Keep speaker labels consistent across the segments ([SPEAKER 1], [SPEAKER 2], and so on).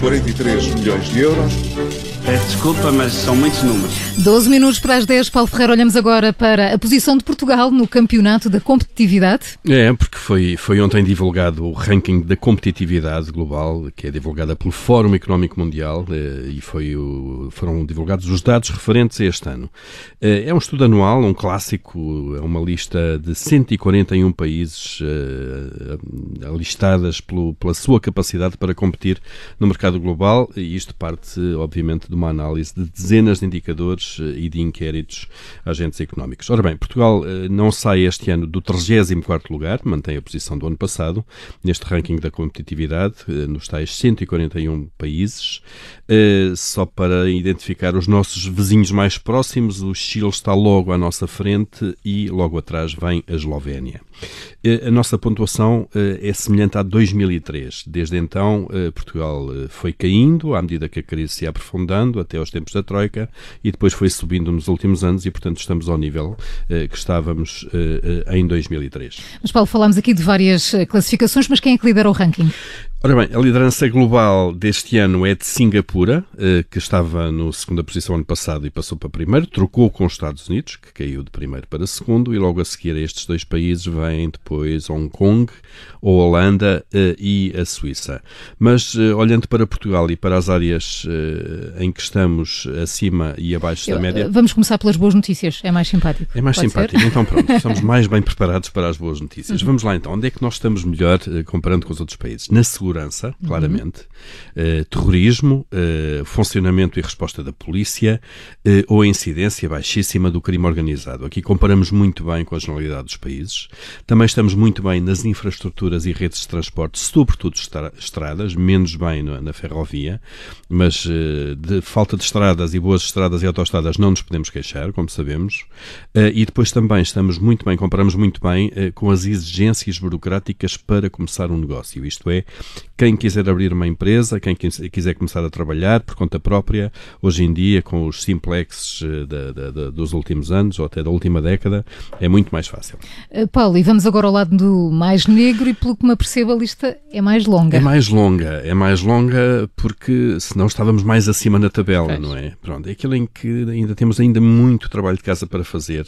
[SPEAKER 1] 43 milhões de euros.
[SPEAKER 2] Desculpa, mas são muitos números.
[SPEAKER 3] 12 minutos para as 10. Paulo Ferreira, olhamos agora para a posição de Portugal no campeonato da competitividade.
[SPEAKER 4] Porque foi ontem divulgado o ranking da competitividade global, que é divulgada pelo Fórum Económico Mundial, e foram divulgados os dados referentes a este ano. É um estudo anual, um clássico, é uma lista de 141 países listadas pela sua capacidade para competir no mercado global, e isto parte, obviamente, de uma análise de dezenas de indicadores e de inquéritos a agentes económicos. Ora bem, Portugal não sai este ano do 34º lugar, mantém a posição do ano passado, neste ranking da competitividade, nos tais 141 países. Só para identificar os nossos vizinhos mais próximos, o Chile está logo à nossa frente e logo atrás vem a Eslovénia. A nossa pontuação é semelhante à de 2003. Desde então, Portugal foi caindo à medida que a crise se ia aprofundando, até aos tempos da Troika, e depois foi subindo nos últimos anos e, portanto, estamos ao nível que estávamos em 2003.
[SPEAKER 3] Mas, Paulo, falámos aqui de várias classificações, mas quem é que lidera o ranking?
[SPEAKER 4] Ora bem, a liderança global deste ano é de Singapura, que estava na segunda posição ano passado e passou para primeiro, trocou com os Estados Unidos, que caiu de primeiro para segundo, e logo a seguir a estes dois países vêm depois Hong Kong, a Holanda e a Suíça. Mas, olhando para Portugal e para as áreas em que estamos acima e abaixo da média...
[SPEAKER 3] Vamos começar pelas boas notícias, é mais simpático.
[SPEAKER 4] É mais simpático, então pronto, estamos mais bem preparados para as boas notícias. Vamos lá então, onde é que nós estamos melhor comparando com os outros países? Na segurança, claramente, terrorismo, funcionamento e resposta da polícia, ou a incidência baixíssima do crime organizado. Aqui comparamos muito bem com a generalidade dos países. Também estamos muito bem nas infraestruturas e redes de transporte, sobretudo estradas, menos bem na ferrovia, mas de falta de estradas e boas estradas e autoestradas não nos podemos queixar, como sabemos. E depois também estamos muito bem, comparamos muito bem com as exigências burocráticas para começar um negócio. Isto é, quem quiser abrir uma empresa, quem quiser começar a trabalhar por conta própria, hoje em dia, com os simplexes dos últimos anos, ou até da última década, é muito mais fácil.
[SPEAKER 3] Paulo, e vamos agora ao lado do mais negro, e pelo que me apercebo, a lista é mais longa.
[SPEAKER 4] É mais longa porque senão estávamos mais acima na tabela, não é? Pronto, é aquilo em que ainda temos muito trabalho de casa para fazer.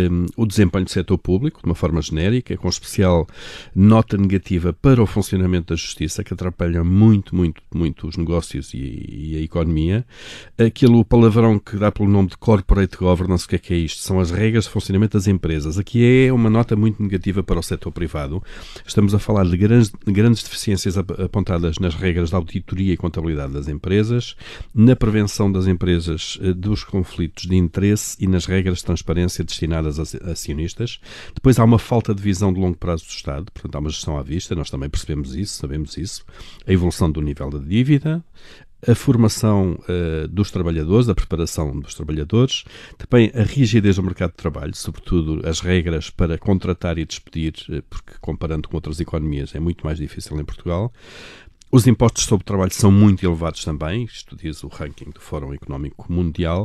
[SPEAKER 4] O desempenho do setor público, de uma forma genérica, com especial nota negativa para o funcionamento da justiça, que atrapalha muito os negócios e a economia. O palavrão que dá pelo nome de Corporate Governance, o que é isto? São as regras de funcionamento das empresas. Aqui é uma nota muito negativa para o setor privado. Estamos a falar de grandes deficiências apontadas nas regras de auditoria e contabilidade das empresas, na prevenção das empresas dos conflitos de interesse e nas regras de transparência destinadas a acionistas. Depois há uma falta de visão de longo prazo do Estado, portanto há uma gestão à vista, nós também percebemos isso, sabemos isso, a evolução do nível da dívida, a formação dos trabalhadores, a preparação dos trabalhadores, também a rigidez do mercado de trabalho, sobretudo as regras para contratar e despedir, porque comparando com outras economias é muito mais difícil em Portugal. Os impostos sobre o trabalho são muito elevados também, isto diz o ranking do Fórum Económico Mundial,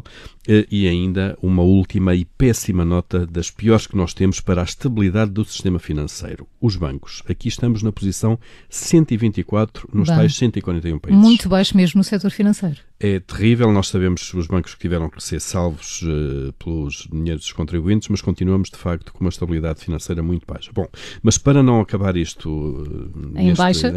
[SPEAKER 4] e ainda uma última e péssima nota das piores que nós temos para a estabilidade do sistema financeiro. Os bancos. Aqui estamos na posição 124 nos tais 141 países.
[SPEAKER 3] Muito baixo mesmo no setor financeiro.
[SPEAKER 4] É terrível, nós sabemos os bancos que tiveram que ser salvos pelos dinheiros dos contribuintes, mas continuamos de facto com uma estabilidade financeira muito baixa. Bom, mas para não acabar isto
[SPEAKER 3] em baixa,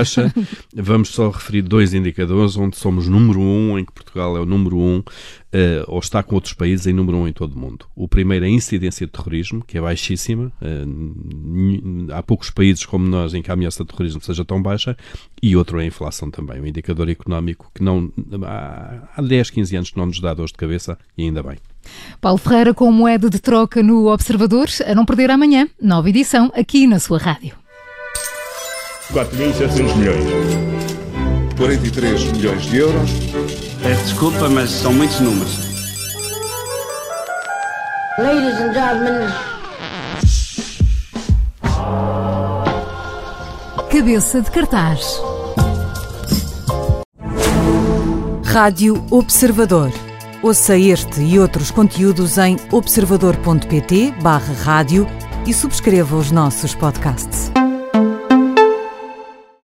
[SPEAKER 4] vamos só referir dois indicadores onde somos número 1, em que Portugal é o número 1, ou está com outros países em número 1 em todo o mundo. O primeiro é a incidência de terrorismo, que é baixíssima. Há poucos países como nós em que a ameaça de terrorismo seja tão baixa. E outro é a inflação também, um indicador económico que não, há 10, 15 anos que não nos dá dor de cabeça, e ainda bem.
[SPEAKER 3] Paulo Ferreira com moeda de troca no Observador, a não perder amanhã, nova edição, aqui na sua rádio.
[SPEAKER 1] 4.700 milhões. 43 milhões de euros.
[SPEAKER 2] Desculpa, mas são muitos números.
[SPEAKER 5] Ladies and gentlemen.
[SPEAKER 3] Cabeça de cartaz.
[SPEAKER 6] Rádio Observador. Ouça este e outros conteúdos em observador.pt/rádio e subscreva os nossos podcasts.